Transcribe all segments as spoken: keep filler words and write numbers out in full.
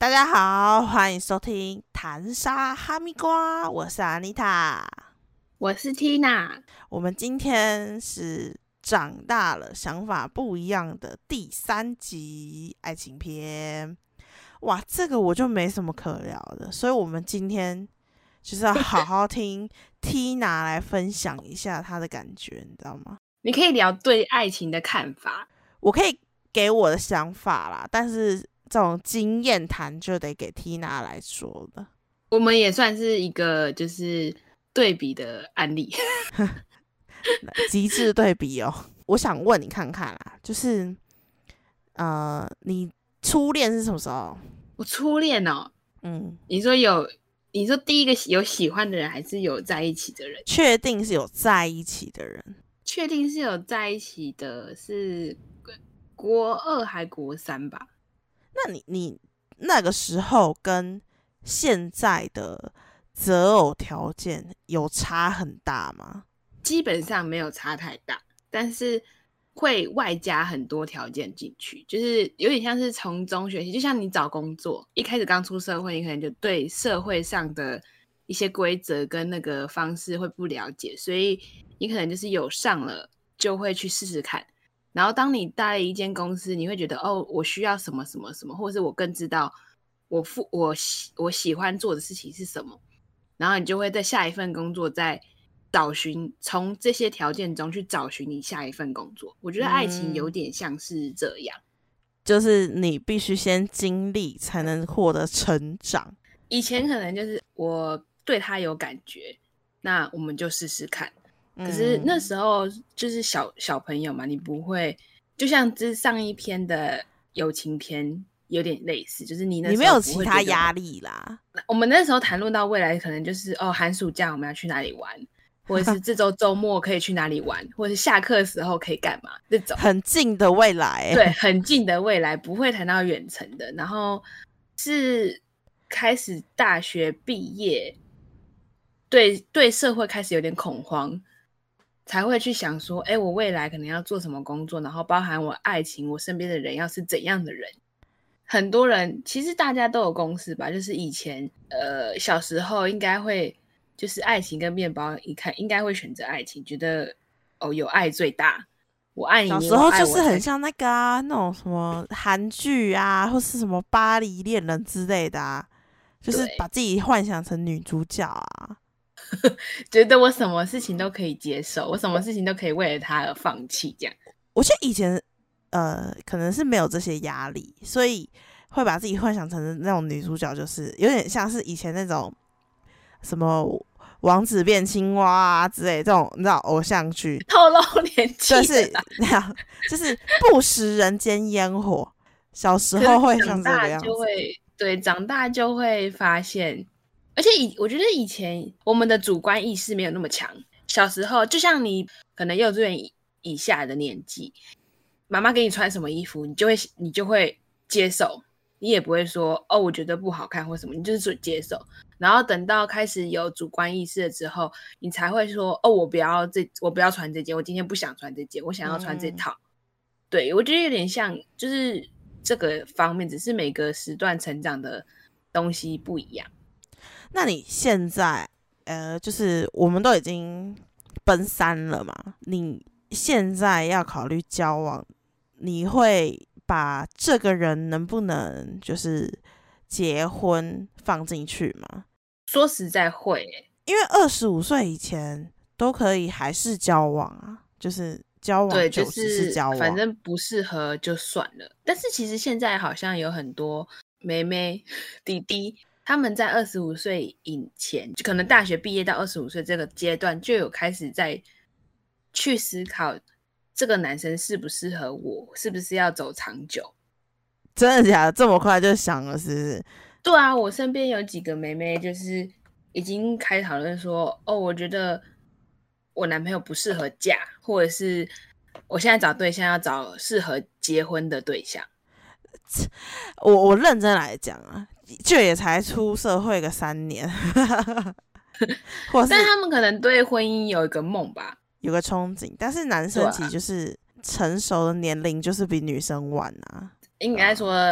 大家好，欢迎收听谈沙哈密瓜，我是安妮塔， 我是 Tina。 我们今天是长大了想法不一样的第三集爱情篇。哇，这个我就没什么可聊的，所以我们今天就是要好好听 Tina 来分享一下她的感觉，你知道吗？ 你可以聊对爱情的看法， 我可以给我的想法啦，但是这种经验谈就得给 Tina 来说了。 我们也算是一个就是对比的案例， 极致对比哦。我想问你看看啦，就是呃，你初恋是什么时候？ 我初恋哦，嗯，你说有，你说第一个有喜欢的人，还是有在一起的人？ 确定是有在一起的人？ 确定是有在一起的，是国二还国三吧？ 那你你那个时候跟现在的择偶条件有差很大吗？ 基本上没有差太大，但是会外加很多条件进去，就是有点像是从中学习，就像你找工作，一开始刚出社会，你可能就对社会上的一些规则跟那个方式会不了解，所以你可能就是有上了就会去试试看，然后当你待了一间公司，你会觉得哦，我需要什么什么什么，或者是我更知道我负我喜我喜欢做的事情是什么，然后你就会在下一份工作再找寻，从这些条件中去找寻你下一份工作。我觉得爱情有点像是这样，嗯、 就是你必须先经历才能获得成长。 以前可能就是我对他有感觉，那我们就试试看。可是那时候就是小小朋友嘛，你不会，就像之上一篇的友情篇有点类似，就是你那时候你没有其他压力啦。 我们那时候谈论到未来，可能就是哦，寒暑假我们要去哪里玩，或者是这周周末可以去哪里玩，或者是下课的时候可以干嘛，这种很近的未来、欸， 对，很近的未来，不会谈到远程的。然后是开始大学毕业，对对社会开始有点恐慌。才会去想说，哎，我未来可能要做什么工作，然后包含我爱情，我身边的人要是怎样的人。很多人其实大家都有共识吧，就是以前呃小时候应该会就是爱情跟面包一看应该会选择爱情，觉得哦有爱最大，我爱你， 小时候就是很像那个啊那种什么韩剧啊，或是什么巴黎恋人之类的啊，就是把自己幻想成女主角啊。 觉得我什么事情都可以接受，我什么事情都可以为了他而放弃，这样。 我觉得以前呃可能是没有这些压力，所以会把自己幻想成那种女主角，就是有点像是以前那种什么王子变青蛙啊之类的这种，你知道偶像剧。 透露年纪， 就是那样，就是不食人间烟火。小时候会像这个样子， 就会对，长大就会发现。而且以我觉得以前我们的主观意识没有那么强，小时候就像你可能幼稚园 以, 以下的年纪，妈妈给你穿什么衣服，你就会你就会接受，你也不会说哦我觉得不好看或什么，你就是接受。然后等到开始有主观意识了之后，你才会说哦我不要这我不要穿这件，我今天不想穿这件，我想要穿这套。嗯、对，我觉得有点像就是这个方面，只是每个时段成长的东西不一样。 那你现在呃，就是我们都已经奔三了嘛，你现在要考虑交往，你会把这个人能不能就是结婚放进去吗？ 说实在会、欸， 因为二十五岁以前都可以还是交往啊，就是交往就只是交往， 对，就是反正不适合就算了。但是其实现在好像有很多妹妹弟弟。他们在二十五岁以前，就可能大学毕业到二十五岁这个阶段，就有开始在去思考这个男生适不适合我，是不是要走长久。 真的假的？这么快就想了是不是？ 对啊，我身边有几个妹妹就是已经开讨论说，哦，我觉得我男朋友不适合嫁，或者是我现在找对象要找适合结婚的对象。 我我认真来讲啊，就也才出社会个三年，或是但他们可能对婚姻有一个梦吧， 有个憧憬。但是男生其实就是成熟的年龄就是比女生晚啊。 应该说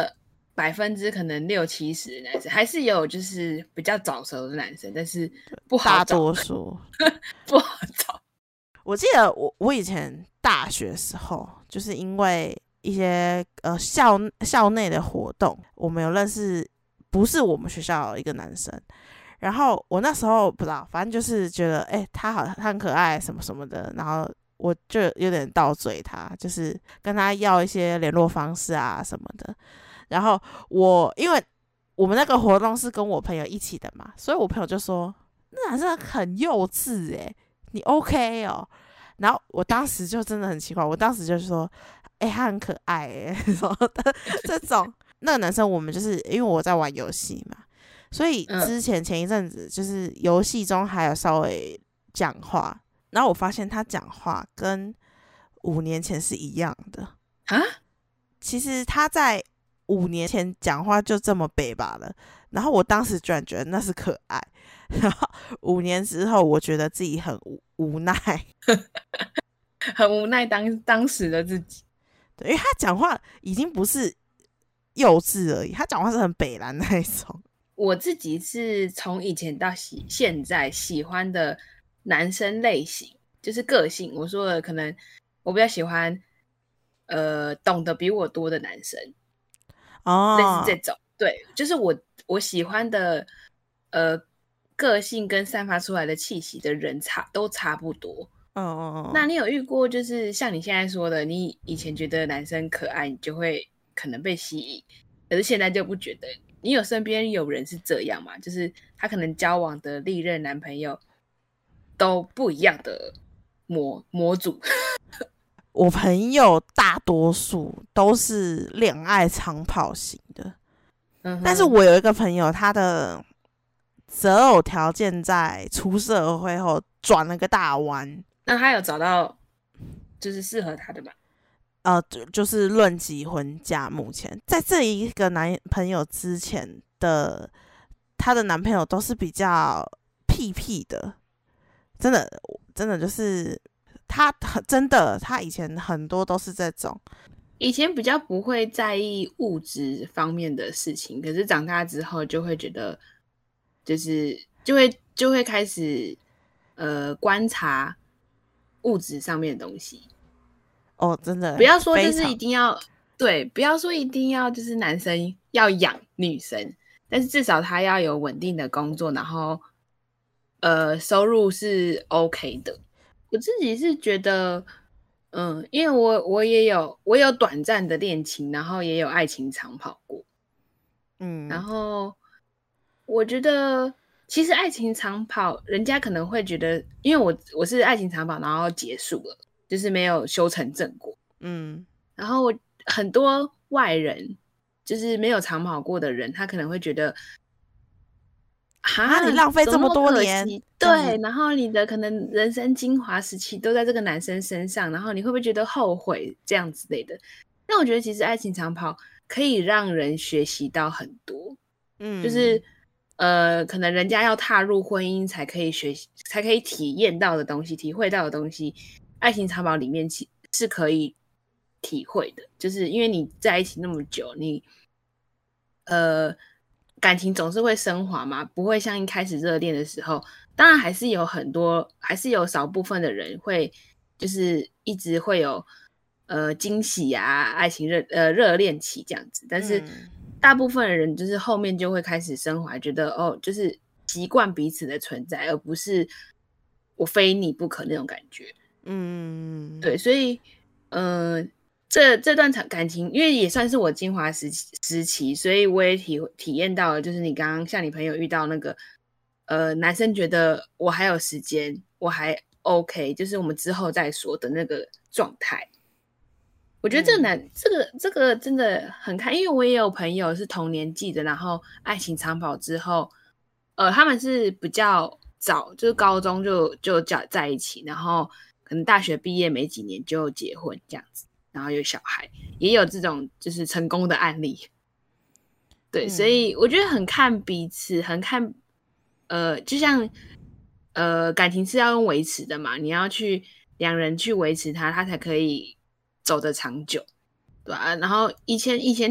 百分之可能六七十的男生，还是有就是比较早熟的男生，但是不好大找， 多数不好找。 我记得我我以前大学时候，就是因为一些呃校校内的活动，我们有认识不是我们学校的一个男生，然后我那时候不知道，反正就是觉得哎、欸、他好他很可爱什么什么的，然后我就有点倒追他，就是跟他要一些联络方式啊什么的。然后我因为我们那个活动是跟我朋友一起的嘛，所以我朋友就说那男生很幼稚哎、欸，你 OK 哦？然后我当时就真的很奇怪，我当时就说，哎、欸，他很可爱哎、欸，什么的这种。那个男生我们就是因为我在玩游戏嘛，所以之前前一阵子就是游戏中还有稍微讲话，然后我发现他讲话跟五年前是一样的啊。 其实他在五年前讲话就这么北吧了，然后我当时居然觉得那是可爱，然后五年之后我觉得自己很无无奈很无奈当当时的自己。 对，因为他讲话已经不是幼稚而已，他讲话是很北蓝那一种。 我自己是从以前到喜现在喜欢的男生类型，就是个性。我说的可能我比较喜欢呃懂得比我多的男生哦，类似这种。对，就是我我喜欢的呃个性跟散发出来的气息的人差都差不多。 哦哦哦。 那你有遇过就是像你现在说的，你以前觉得男生可爱，你就会可能被吸引，可是现在就不觉得。你有身边有人是这样吗？就是他可能交往的历任男朋友都不一样的模模组。 我朋友大多数都是恋爱长跑型的，嗯，但是我有一个朋友，他的择偶条件在出社会后转了个大弯。 那他有找到就是适合他的吗？ 呃，就是论及婚嫁，目前在这一个男朋友之前的，她的男朋友都是比较屁屁的，真的，真的就是他真的，他以前很多都是这种， 以前比较不会在意物质方面的事情，可是长大之后就会觉得，就是就会就会开始呃观察物质上面的东西。 哦，真的， 不要说就是一定要对，不要说一定要就是男生要养女生，但是至少他要有稳定的工作，然后呃收入是 OK 的。我自己是觉得，嗯，因为我我也有我有短暂的恋情，然后也有爱情长跑过，嗯，然后我觉得其实爱情长跑，人家可能会觉得，因为我我是爱情长跑，然后结束了，就是没有修成正果。嗯，然后很多外人就是没有长跑过的人，他可能会觉得， 啊，你浪费这么多年， 对，然后你的可能人生精华时期都在这个男生身上，然后你会不会觉得后悔这样之类的？但我觉得其实爱情长跑可以让人学习到很多，嗯，就是呃，可能人家要踏入婚姻才可以学习，才可以体验到的东西，体会到的东西，爱情长跑里面其是可以体会的，就是因为你在一起那么久，你呃感情总是会升华嘛，不会像一开始热恋的时候，当然还是有很多，还是有少部分的人会就是一直会有呃惊喜啊，爱情热呃热恋期这样子，但是大部分的人就是后面就会开始升华，觉得哦，就是习惯彼此的存在，而不是我非你不可那种感觉。嗯，对，所以嗯、呃，这这段感情，因为也算是我精华时期时期，所以我也体体验到了，就是你刚刚像你朋友遇到那个呃男生觉得我还有时间，我还 OK， 就是我们之后再说的那个状态。我觉得这个男、嗯、这个这个真的很看，因为我也有朋友是同年纪的，然后爱情长跑之后，呃，他们是比较早，就是高中就就在一起，然后可能大学毕业没几年就结婚这样子，然后有小孩，也有这种就是成功的案例。对，嗯、所以我觉得很看彼此，很看呃，就像呃感情是要用维持的嘛，你要去两人去维持它，它才可以走得长久，对吧、啊？然后以前以前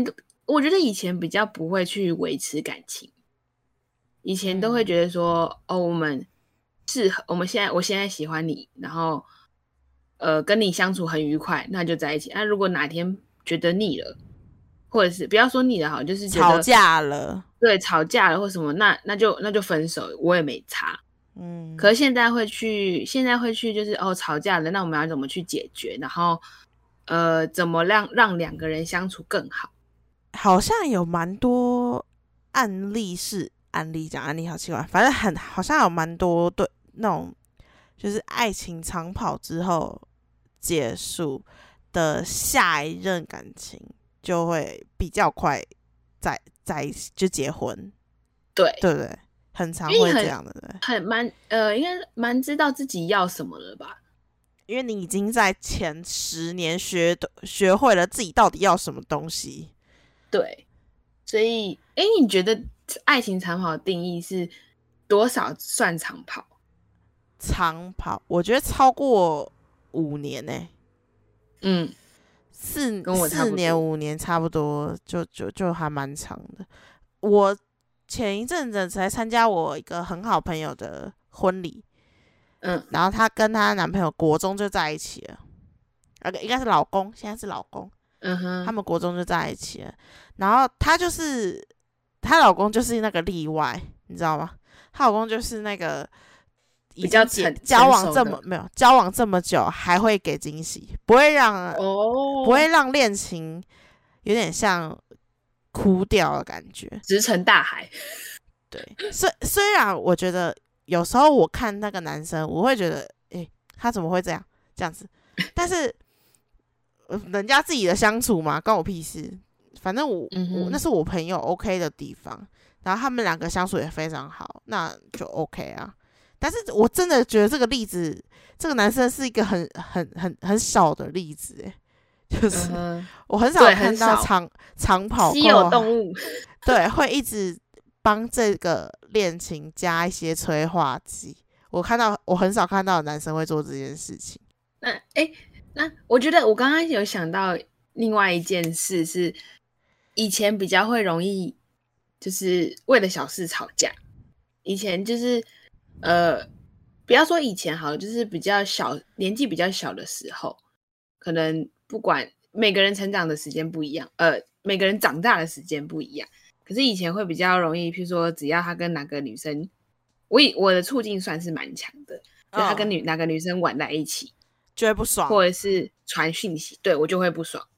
我觉得以前比较不会去维持感情，以前都会觉得说，嗯、哦，我们适合，我们现在我现在喜欢你，然后呃跟你相处很愉快，那就在一起。那、啊、如果哪天觉得腻了，或者是不要说腻了好，就是觉得吵架了， 对，吵架了或什么，那那就那就分手，我也没差。嗯，可是现在会去，现在会去，就是哦，吵架了，那我们要怎么去解决？然后呃，怎么让让两个人相处更好？ 好像有蛮多案例是案例讲案例好奇怪，反正很好像有蛮多对那种就是爱情长跑之后结束的下一任感情就会比较快在在一起就结婚， 对对不对？很常会这样的，对， 很蛮呃，应该蛮知道自己要什么了吧？ 因为你已经在前十年学学会了自己到底要什么东西。 对，所以，哎，你觉得爱情长跑的定义是多少算长跑？ 长跑，我觉得超过五年呢、欸。嗯，四跟我差不多四年五年差不多，就就就还蛮长的。我前一阵子才参加我一个很好朋友的婚礼，嗯，然后她跟她男朋友国中就在一起了，呃，应该是老公，现在是老公，嗯哼，他们国中就在一起了。然后她就是她老公就是那个例外，你知道吗？她老公就是那个比较交往这么没有交往这么久还会给惊喜，不会让哦，不会让恋情有点像枯掉的感觉， 石沉大海。 对，虽虽然我觉得有时候我看那个男生，我会觉得，哎、欸，他怎么会这样这样子？但是人家自己的相处嘛，关我屁事。反正我、嗯、我那是我朋友 OK 的地方，然后他们两个相处也非常好，那就 OK 啊。但是我真的觉得这个例子，这个男生是一个很很很很少的例子，哎，就是、嗯、我很少看到长长跑稀有动物， 对，会一直帮这个恋情加一些催化剂。我看到我很少看到男生会做这件事情。 那哎，那我觉得我刚刚有想到另外一件事是，以前比较会容易就是为了小事吵架，以前就是。呃，不要说以前好了，就是比较小年纪比较小的时候，可能不管每个人成长的时间不一样，呃，每个人长大的时间不一样。可是以前会比较容易，譬如说，只要他跟哪个女生，我以我的促进算是蛮强的，就他跟女、哦、哪个女生玩在一起， 就会不爽， 或者是传讯息，对我就会不爽。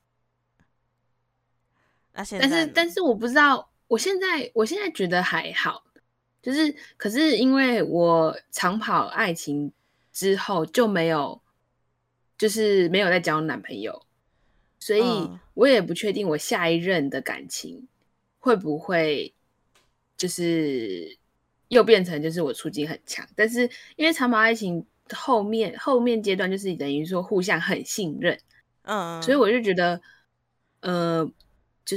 那现在， 但是但是我不知道，我现在我现在觉得还好。就是，可是因为我长跑爱情之后就没有，就是没有再交男朋友，所以我也不确定我下一任的感情会不会就是又变成就是我出境很强。但是因为长跑爱情后面后面阶段就是等于说互相很信任，嗯，所以我就觉得，呃，就是。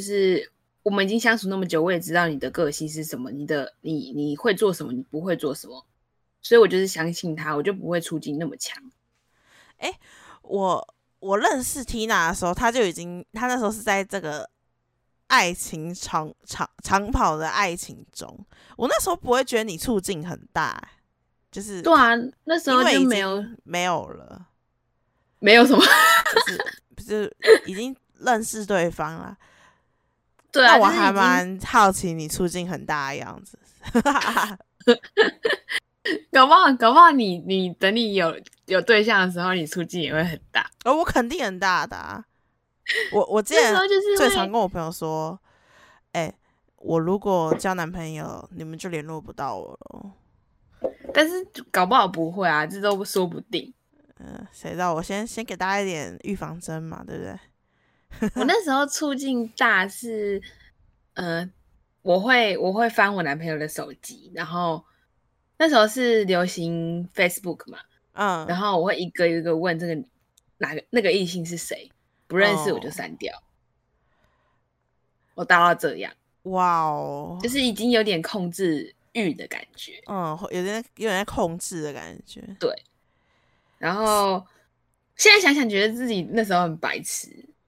我们已经相处那么久，我也知道你的个性是什么，你的你你会做什么，你不会做什么，所以我就是相信他，我就不会出境那么强。 哎、欸，我我认识 Tina 的时候，他就已经，他那时候是在这个爱情长长长跑的爱情中，我那时候不会觉得你处境很大，就是对啊，那时候就没有没有了， 没有什么， 就是就是已经认识对方了。 对啊， 那我还蛮好奇你处境很大的样子。 搞不好，搞不好你你等你有有对象的时候，你处境也会很大。 哦，我肯定很大的、啊。我我之前最常跟我朋友说，哎、欸，我如果交男朋友，你们就联络不到我了。 但是搞不好不会啊，这都说不定。 嗯、呃，谁知道？我先先给大家一点预防针嘛，对不对？ 我那时候处境大是，呃，我会我会翻我男朋友的手机，然后那时候是流行 Facebook 嘛，嗯，然后我会一个一个问这个哪个那个异性是谁，不认识我就删掉，哦、我大到这样， 哇哦， 就是已经有点控制欲的感觉， 嗯，有点有点在控制的感觉， 对，然后现在想想觉得自己那时候很白痴。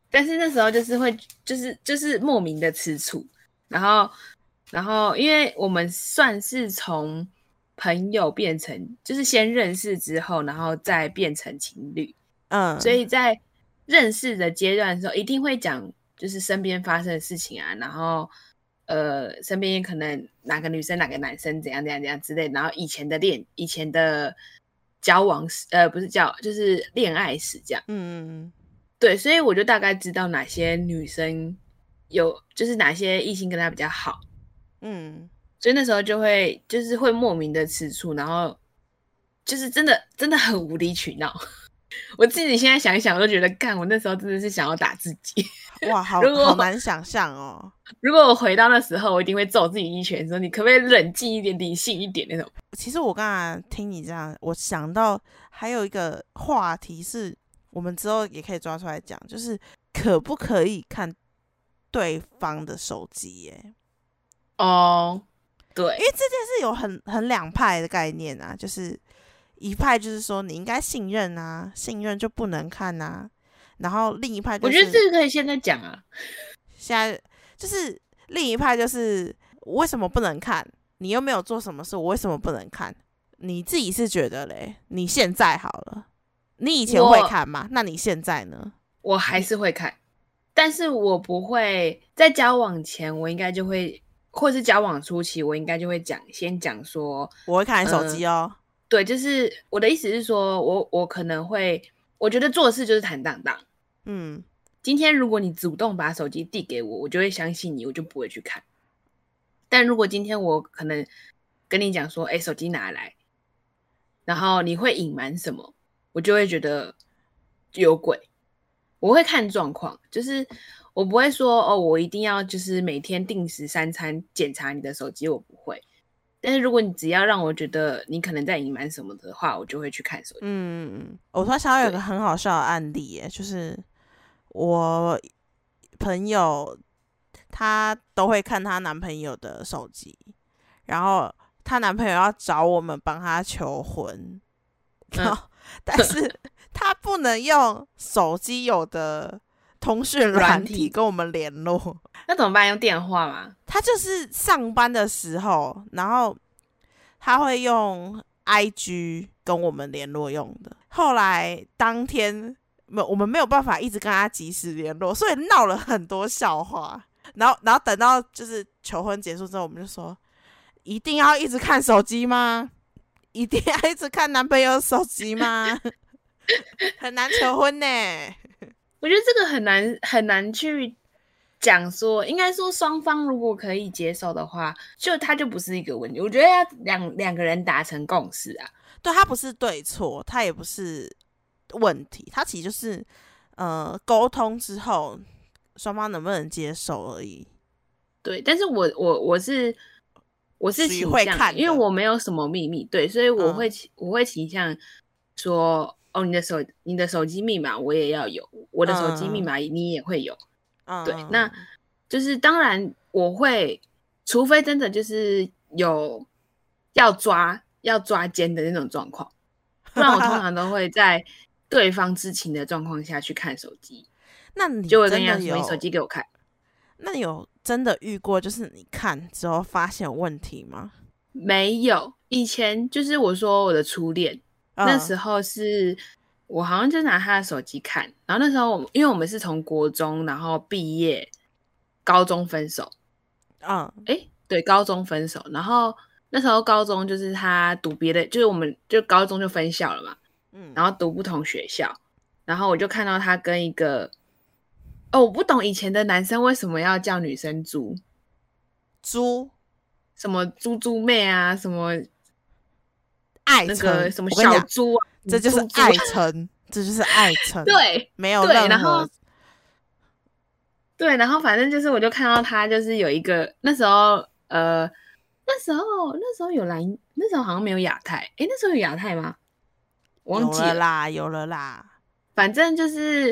但是那时候就是会就是就是莫名的吃醋，然后然后因为我们算是从朋友变成就是先认识之后，然后再变成情侣， 嗯， 所以在认识的阶段的时候一定会讲就是身边发生的事情啊，然后呃身边可能哪个女生哪个男生怎样怎样怎样之类的，然后以前的恋以前的交往史呃不是交就是恋爱史这样。 嗯， 对，所以我就大概知道哪些女生有就是哪些异性跟她比较好， 嗯， 所以那时候就会就是会莫名的吃醋，然后就是真的真的很无理取闹。我自己现在想一想，我都觉得干，我那时候真的是想要打自己。 哇，好如果好难想象哦。 如果我回到那时候，我一定会揍自己一拳，说你可不可以冷静一点、理性一点那种。 其实我刚才听你这样，我想到还有一个话题是我们之后也可以抓出来讲，就是可不可以看对方的手机耶？ 哦，对， 因为这件事有很很两派的概念啊，就是一派就是说你应该信任啊，信任就不能看啊，然后另一派就是我觉得这个可以现在讲啊。 现在就是另一派就是为什么不能看？你又没有做什么事，我为什么不能看？你自己是觉得嘞？你现在好了，你以前会看吗？那你现在呢？ 我还是会看，但是我不会在交往前，我应该就会，或是交往初期，我应该就会讲，先讲说， 我会看你手机哦。 呃、对，就是我的意思是说，我我可能会，我觉得做事就是坦荡荡。 嗯， 今天如果你主动把手机递给我，我就会相信你，我就不会去看。但如果今天我可能跟你讲说，哎，手机拿来，然后你会隐瞒什么，我就会觉得有鬼。我会看状况，就是我不会说哦，我一定要就是每天定时三餐检查你的手机，我不会。但是如果你只要让我觉得你可能在隐瞒什么的话，我就会去看手机。 嗯，我突然想到有个很好笑的案例耶，就是我朋友她都会看她男朋友的手机，然后她男朋友要找我们帮她求婚，然后、嗯、但是她不能用手机有的通讯软体跟我们联络， 那怎么办？用电话吗？ 她就是上班的时候，然后她会用 I G 跟我们联络用的。后来当天我们没有办法一直跟她及时联络，所以闹了很多笑话。然后，然后等到就是求婚结束之后，我们就说：一定要一直看手机吗？一定要一直看男朋友的手机吗？很难求婚呢。 我觉得这个很难很难去讲说，应该说双方如果可以接受的话，就它就不是一个问题。我觉得要两两个人达成共识啊。 对，它不是对错，它也不是问题，它其实就是呃沟通之后双方能不能接受而已。 对，但是我我我是我是倾向，因为我没有什么秘密，对，所以我会、嗯、我会倾向说，哦，你的手你的手机密码我也要有，我的手机密码你也会有，嗯、对，那就是当然我会，除非真的就是有要抓要抓奸的那种状况，不然我通常都会在对方知情的状况下去看手机。 那你就会跟人家说你手机给我看。 那你有真的遇过就是你看之后发现有问题吗？ 没有，以前就是我说我的初恋、嗯、那时候是我好像就拿他的手机看，然后那时候我因为我们是从国中然后毕业，高中分手。 嗯， 诶对，高中分手，然后那时候高中就是他读别的，就是我们就高中就分校了嘛，嗯，然后读不同学校，然后我就看到他跟一个哦，我不懂以前的男生为什么要叫女生猪猪， 什么猪猪妹啊，什么爱那个什么小猪啊， 这就是爱称，这就是爱称。 对， 没有任何。 对，然后对，然后反正就是，我就看到他就是有一个那时候呃，那时候那时候有蓝，那时候好像没有亚太，诶，那时候有亚太吗？我忘记了， 有了啦，有了啦。 反正就是。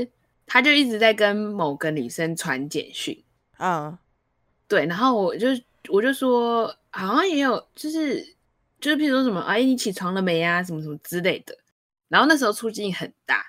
他就一直在跟某个女生传简讯， 嗯， 对，然后我就我就说，好像也有，就是就是譬如说什么，哎，你起床了没啊，什么什么之类的。然后那时候出镜很大，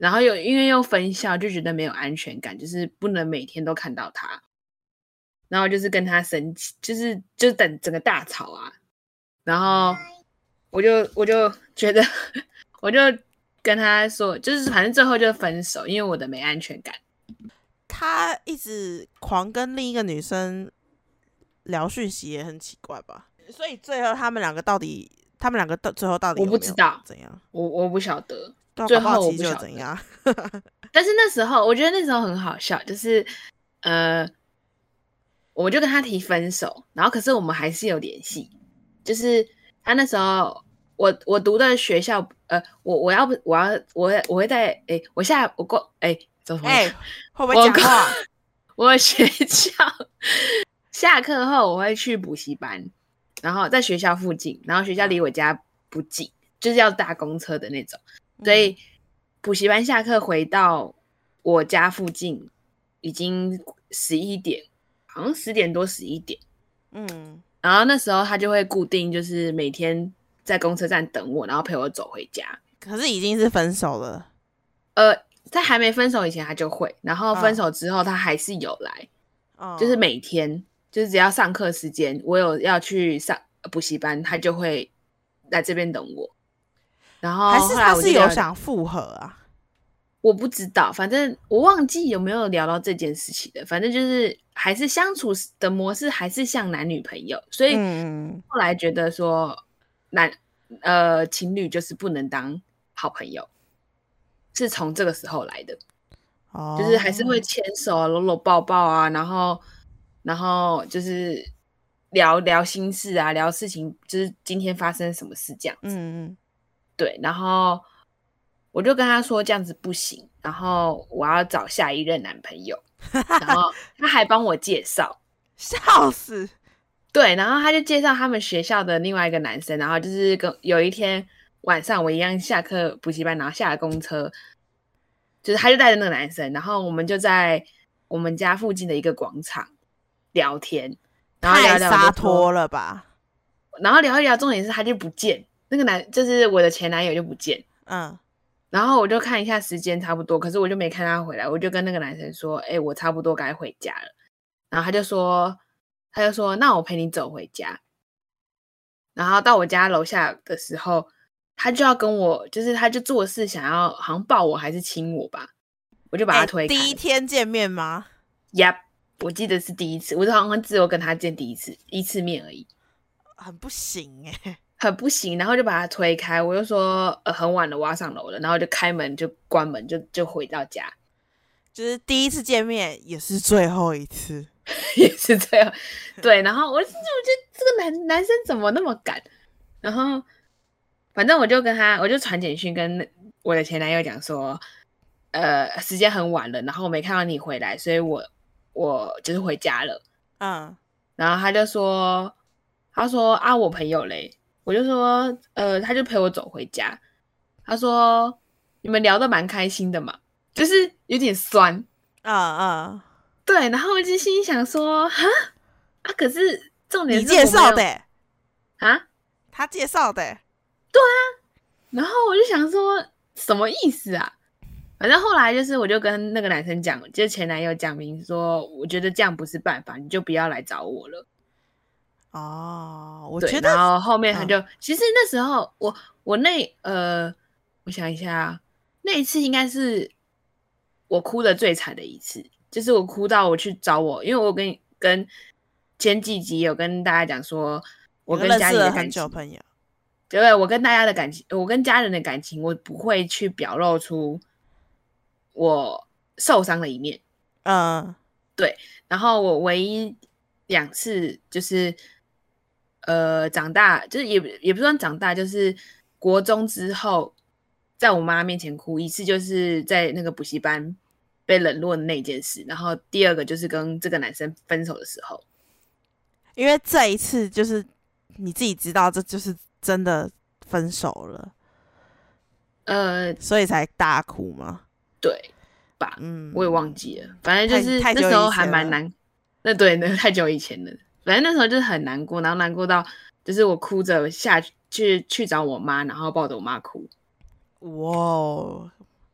然后又因为又分校，就觉得没有安全感，就是不能每天都看到他。然后就是跟他生气，就是就等整个大吵啊。然后我就我就觉得，我就跟他说，就是反正最后就分手，因为我的没安全感。 他一直狂跟另一个女生聊讯息，也很奇怪吧？所以最后他们两个到底，他们两个到最后到底有没有我不知道怎样？ 我我不晓得， 对啊， 最搞不好其实后我不晓得就怎样。 但是那时候我觉得那时候很好笑，就是呃，我就跟他提分手，然后可是我们还是有联系。就是他那时候，我我读的学校，呃，我我要不我要我会我会在哎，我下我过哎，怎么哎、会不会讲话？ 我学校下课后我会去补习班，然后在学校附近，然后学校离我家不近，就是要搭公车的那种，所以补习班下课回到我家附近已经十一点，好像十点多十一点， 嗯， 然后那时候他就会固定就是每天在公车站等我，然后陪我走回家。 可是已经是分手了。 呃，在还没分手以前他就会，然后分手之后他还是有来， 嗯、 就是每天就是只要上课时间我有要去上补习班，他就会来这边等我。然后还是他是有想复复合啊？ 我不知道，反正我忘记有没有聊到这件事情的。反正就是还是相处的模式还是像男女朋友，所以后来觉得说男呃情侣就是不能当好朋友，是从这个时候来的。哦，就是还是会牵手啊、搂搂抱抱啊，然后然后就是聊聊心事啊，聊事情，就是今天发生什么事这样子。嗯嗯，对，然后我就跟他说这样子不行，然后我要找下一任男朋友，然后他还帮我介绍， 笑死。 对，然后他就介绍他们学校的另外一个男生，然后就是跟有一天晚上我一样下课补习班，然后下了公车，就是他就带着那个男生，然后我们就在我们家附近的一个广场聊天，然后聊聊太洒脱了吧？ 然后聊一聊，重点是他就不见，那个男就是我的前男友就不见，嗯，然后我就看一下时间差不多，可是我就没看他回来，我就跟那个男生说，哎、欸，我差不多该回家了，然后他就说，他就说，那我陪你走回家，然后到我家楼下的时候，他就要跟我，就是他就做事想要好像抱我还是亲我吧，我就把他推开。 欸、第一天见面吗？ Yep， 我记得是第一次，我好像只有跟他见第一次一次面而已。 很不行哎、欸， 很不行，然后就把他推开，我就说呃很晚了，我要上楼了，然后就开门就关门就就回到家， 就是第一次见面也是最后一次， 也是这样，对，然后我我觉得这个男男生怎么那么敢，然后反正我就跟他，我就传简讯跟我的前男友讲说，呃时间很晚了，然后我没看到你回来，所以我我就是回家了，嗯，然后他就说。他说啊，我朋友嘞，我就说，呃，他就陪我走回家。他说你们聊得蛮开心的嘛，就是有点酸，啊啊，对。然后我就心里想说，哈啊，可是重点是你介绍的、欸、 啊， 他介绍的、欸， 对啊。然后我就想说，什么意思啊？反正后来就是，我就跟那个男生讲，就是前男友讲明说，我觉得这样不是办法，你就不要来找我了。 哦，我觉得， 然后后面他就，嗯、其实那时候我我那呃，我想一下，那一次应该是我哭的最惨的一次，就是我哭到我去找我，因为我跟跟前几集有跟大家讲说，我跟家里的感情， 朋友， 对，我跟大家的感情，我跟家人的感情，我不会去表露出我受伤的一面，嗯，对，然后我唯一两次就是。呃，长大就是也也不算长大，就是国中之后，在我妈面前哭一次，就是在那个补习班被冷落的那件事。然后第二个就是跟这个男生分手的时候， 因为这一次就是你自己知道，这就是真的分手了，呃，所以才大哭吗？ 对吧？嗯，我也忘记了，反正就是那时候还蛮难。那对，那太久以前了。反正那时候就是很难过，然后难过到就是我哭着下去去去找我妈，然后抱着我妈哭。 哇，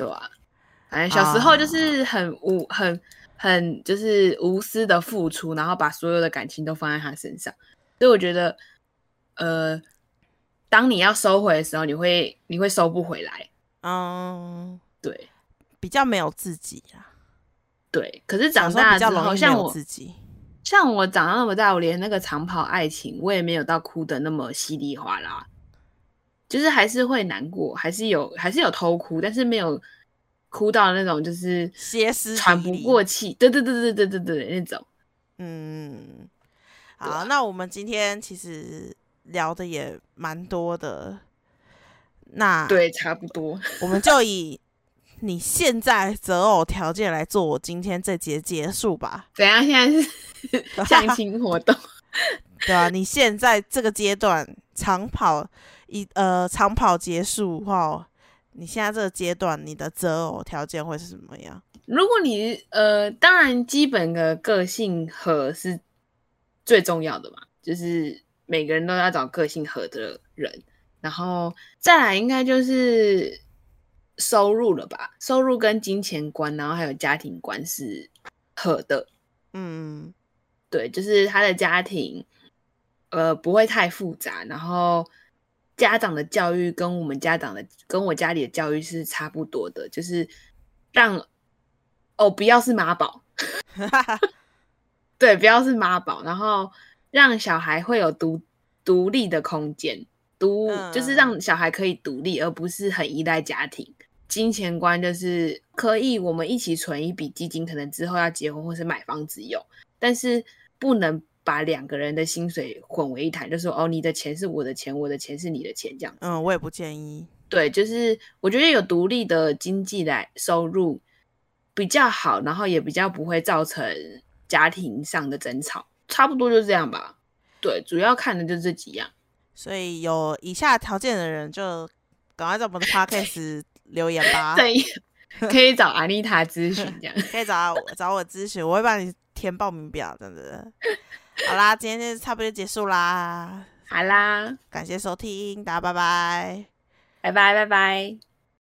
对啊，反正小时候就是很无、啊、很很就是无私的付出，然后把所有的感情都放在他身上，所以我觉得，呃，当你要收回的时候，你会你会收不回来。 嗯， 对， 比较没有自己啦。 对，可是长大之后，像我自己， 像我长到那么大，我连那个长跑爱情，我也没有到哭的那么稀里哗啦，就是还是会难过，还是有还是有偷哭，但是没有哭到那种就是歇斯喘不过气，对对对对对对对那种。 嗯，好，啊、那我们今天其实聊的也蛮多的，那对，差不多， 我们就以你现在择偶条件来做我今天这节结束吧。 怎样？现在是相亲活动， 对啊，你现在这个阶段长跑一呃长跑结束后，你现在这个阶段你的择偶条件会是什么样？ 如果你呃，当然基本的个性合是最重要的嘛，就是每个人都要找个性合的人，然后再来应该就是收入了吧，收入跟金钱观，然后还有家庭观是合的。 嗯， 对，就是他的家庭呃不会太复杂，然后家长的教育跟我们家长的跟我家里的教育是差不多的，就是让哦不要是妈宝对，不要是妈宝，然后让小孩会有独独立的空间，独、嗯、就是让小孩可以独立，而不是很依赖家庭。金钱观就是可以我们一起存一笔基金，可能之后要结婚或是买房子用，但是不能把两个人的薪水混为一谈，就说哦你的钱是我的钱，我的钱是你的钱这样子。 嗯，我也不建议。 对，就是我觉得有独立的经济来收入比较好，然后也比较不会造成家庭上的争吵，差不多就这样吧。对，主要看的就这几样。 所以有以下条件的人就赶快在我们的 podcast 留言吧。 可以找安妮塔咨询这样可以找我找我咨询，我会帮你填报名表，真的。好啦，今天就差不多结束啦。 好啦， 感谢收听，大家拜拜， 拜拜拜拜。